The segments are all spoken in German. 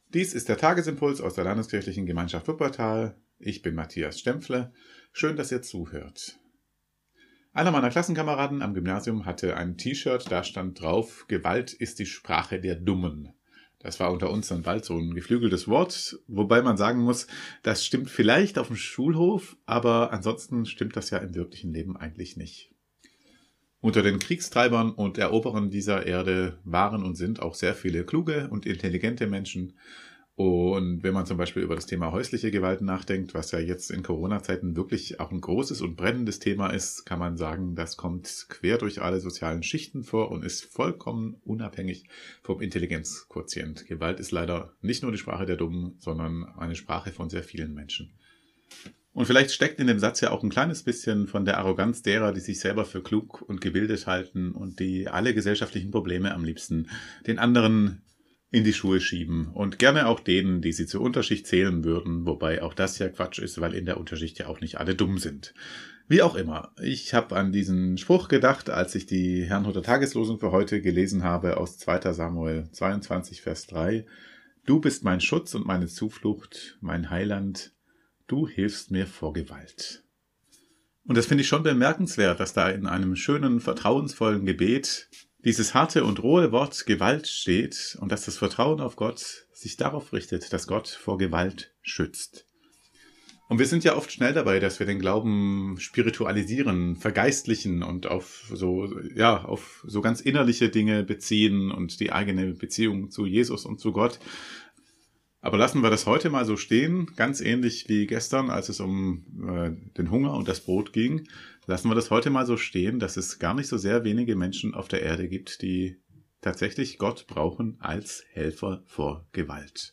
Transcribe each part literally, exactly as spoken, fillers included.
Dies ist der Tagesimpuls aus der Landeskirchlichen Gemeinschaft Wuppertal. Ich bin Matthias Stempfle. Schön, dass ihr zuhört. Einer meiner Klassenkameraden am Gymnasium hatte ein T-Shirt, da stand drauf: Gewalt ist die Sprache der Dummen. Das war unter uns dann bald so ein geflügeltes Wort, wobei man sagen muss, das stimmt vielleicht auf dem Schulhof, aber ansonsten stimmt das ja im wirklichen Leben eigentlich nicht. Unter den Kriegstreibern und Eroberern dieser Erde waren und sind auch sehr viele kluge und intelligente Menschen. Und wenn man zum Beispiel über das Thema häusliche Gewalt nachdenkt, was ja jetzt in Corona-Zeiten wirklich auch ein großes und brennendes Thema ist, kann man sagen, das kommt quer durch alle sozialen Schichten vor und ist vollkommen unabhängig vom Intelligenzquotient. Gewalt ist leider nicht nur die Sprache der Dummen, sondern eine Sprache von sehr vielen Menschen. Und vielleicht steckt in dem Satz ja auch ein kleines bisschen von der Arroganz derer, die sich selber für klug und gebildet halten und die alle gesellschaftlichen Probleme am liebsten den anderen in die Schuhe schieben und gerne auch denen, die sie zur Unterschicht zählen würden, wobei auch das ja Quatsch ist, weil in der Unterschicht ja auch nicht alle dumm sind. Wie auch immer, ich habe an diesen Spruch gedacht, als ich die Herrnhuter Tageslosung für heute gelesen habe aus zweiter Samuel zweiundzwanzig, Vers drei. Du bist mein Schutz und meine Zuflucht, mein Heiland, du hilfst mir vor Gewalt. Und das finde ich schon bemerkenswert, dass da in einem schönen, vertrauensvollen Gebet dieses harte und rohe Wort Gewalt steht und dass das Vertrauen auf Gott sich darauf richtet, dass Gott vor Gewalt schützt. Und wir sind ja oft schnell dabei, dass wir den Glauben spiritualisieren, vergeistlichen und auf so, ja, auf so ganz innerliche Dinge beziehen und die eigene Beziehung zu Jesus und zu Gott. Aber lassen wir das heute mal so stehen, ganz ähnlich wie gestern, als es um äh, den Hunger und das Brot ging. Lassen wir das heute mal so stehen, dass es gar nicht so sehr wenige Menschen auf der Erde gibt, die tatsächlich Gott brauchen als Helfer vor Gewalt.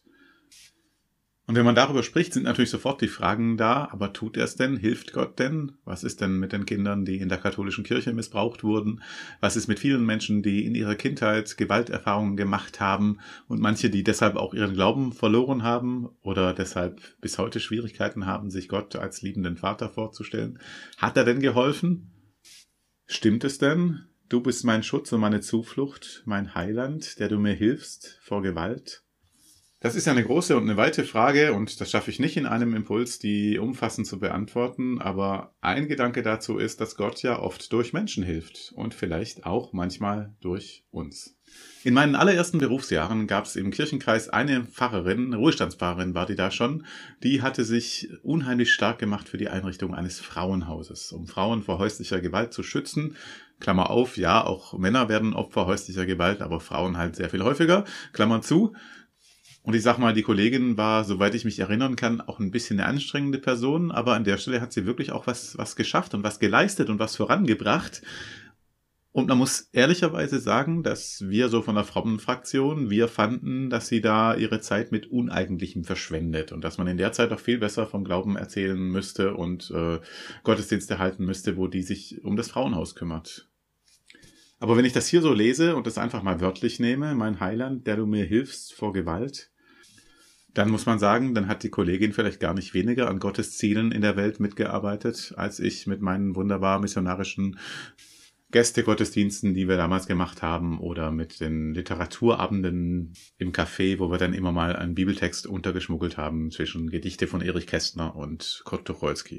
Und wenn man darüber spricht, sind natürlich sofort die Fragen da, aber tut er es denn? Hilft Gott denn? Was ist denn mit den Kindern, die in der katholischen Kirche missbraucht wurden? Was ist mit vielen Menschen, die in ihrer Kindheit Gewalterfahrungen gemacht haben und manche, die deshalb auch ihren Glauben verloren haben oder deshalb bis heute Schwierigkeiten haben, sich Gott als liebenden Vater vorzustellen? Hat er denn geholfen? Stimmt es denn? Du bist mein Schutz und meine Zuflucht, mein Heiland, der du mir hilfst vor Gewalt? Das ist ja eine große und eine weite Frage und das schaffe ich nicht in einem Impuls, die umfassend zu beantworten, aber ein Gedanke dazu ist, dass Gott ja oft durch Menschen hilft und vielleicht auch manchmal durch uns. In meinen allerersten Berufsjahren gab es im Kirchenkreis eine Pfarrerin, eine Ruhestandspfarrerin war die da schon, die hatte sich unheimlich stark gemacht für die Einrichtung eines Frauenhauses, um Frauen vor häuslicher Gewalt zu schützen. Klammer auf, ja, auch Männer werden Opfer häuslicher Gewalt, aber Frauen halt sehr viel häufiger, Klammer zu. Und ich sag mal, die Kollegin war, soweit ich mich erinnern kann, auch ein bisschen eine anstrengende Person, aber an der Stelle hat sie wirklich auch was, was geschafft und was geleistet und was vorangebracht. Und man muss ehrlicherweise sagen, dass wir so von der Frauenfraktion, wir fanden, dass sie da ihre Zeit mit Uneigentlichem verschwendet und dass man in der Zeit auch viel besser vom Glauben erzählen müsste und äh, Gottesdienste halten müsste, wo die sich um das Frauenhaus kümmert. Aber wenn ich das hier so lese und das einfach mal wörtlich nehme, mein Heiland, der du mir hilfst vor Gewalt, dann muss man sagen, dann hat die Kollegin vielleicht gar nicht weniger an Gottes Zielen in der Welt mitgearbeitet, als ich mit meinen wunderbar missionarischen Gästegottesdiensten, die wir damals gemacht haben, oder mit den Literaturabenden im Café, wo wir dann immer mal einen Bibeltext untergeschmuggelt haben zwischen Gedichte von Erich Kästner und Kurt Tucholsky.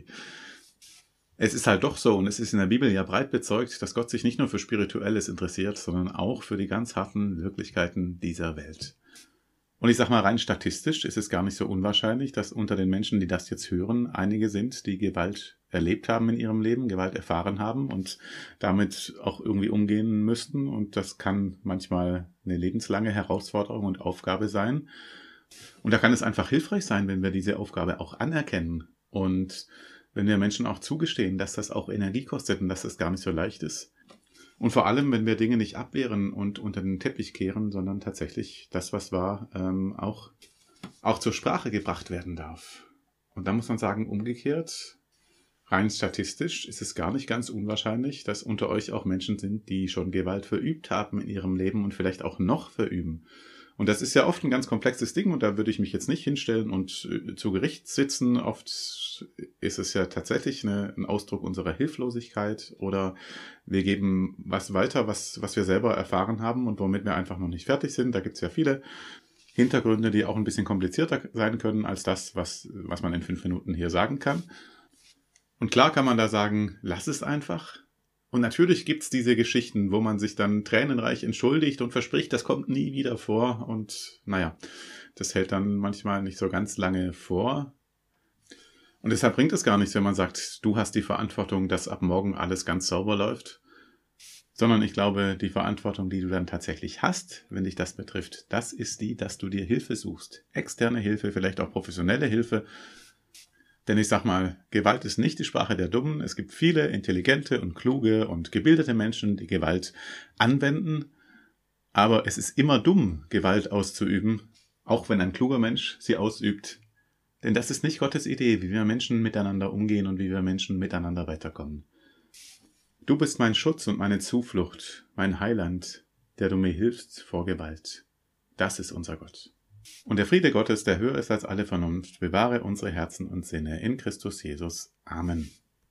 Es ist halt doch so, und es ist in der Bibel ja breit bezeugt, dass Gott sich nicht nur für Spirituelles interessiert, sondern auch für die ganz harten Wirklichkeiten dieser Welt. Und ich sag mal, rein statistisch ist es gar nicht so unwahrscheinlich, dass unter den Menschen, die das jetzt hören, einige sind, die Gewalt erlebt haben in ihrem Leben, Gewalt erfahren haben und damit auch irgendwie umgehen müssten. Und das kann manchmal eine lebenslange Herausforderung und Aufgabe sein. Und da kann es einfach hilfreich sein, wenn wir diese Aufgabe auch anerkennen und wenn wir Menschen auch zugestehen, dass das auch Energie kostet und dass das gar nicht so leicht ist. Und vor allem, wenn wir Dinge nicht abwehren und unter den Teppich kehren, sondern tatsächlich das, was war, ähm, auch, auch zur Sprache gebracht werden darf. Und da muss man sagen, umgekehrt, rein statistisch ist es gar nicht ganz unwahrscheinlich, dass unter euch auch Menschen sind, die schon Gewalt verübt haben in ihrem Leben und vielleicht auch noch verüben. Und das ist ja oft ein ganz komplexes Ding und da würde ich mich jetzt nicht hinstellen und äh, zu Gericht sitzen. Oft ist es ja tatsächlich eine, ein Ausdruck unserer Hilflosigkeit oder wir geben was weiter, was, was wir selber erfahren haben und womit wir einfach noch nicht fertig sind. Da gibt es ja viele Hintergründe, die auch ein bisschen komplizierter sein können als das, was, was man in fünf Minuten hier sagen kann. Und klar kann man da sagen, lass es einfach. Und natürlich gibt's diese Geschichten, wo man sich dann tränenreich entschuldigt und verspricht, das kommt nie wieder vor. Und naja, das hält dann manchmal nicht so ganz lange vor. Und deshalb bringt es gar nichts, wenn man sagt, du hast die Verantwortung, dass ab morgen alles ganz sauber läuft. Sondern ich glaube, die Verantwortung, die du dann tatsächlich hast, wenn dich das betrifft, das ist die, dass du dir Hilfe suchst. Externe Hilfe, vielleicht auch professionelle Hilfe. Denn ich sag mal, Gewalt ist nicht die Sprache der Dummen. Es gibt viele intelligente und kluge und gebildete Menschen, die Gewalt anwenden. Aber es ist immer dumm, Gewalt auszuüben, auch wenn ein kluger Mensch sie ausübt. Denn das ist nicht Gottes Idee, wie wir Menschen miteinander umgehen und wie wir Menschen miteinander weiterkommen. Du bist mein Schutz und meine Zuflucht, mein Heiland, der du mir hilfst vor Gewalt. Das ist unser Gott. Und der Friede Gottes, der höher ist als alle Vernunft, bewahre unsere Herzen und Sinne in Christus Jesus. Amen.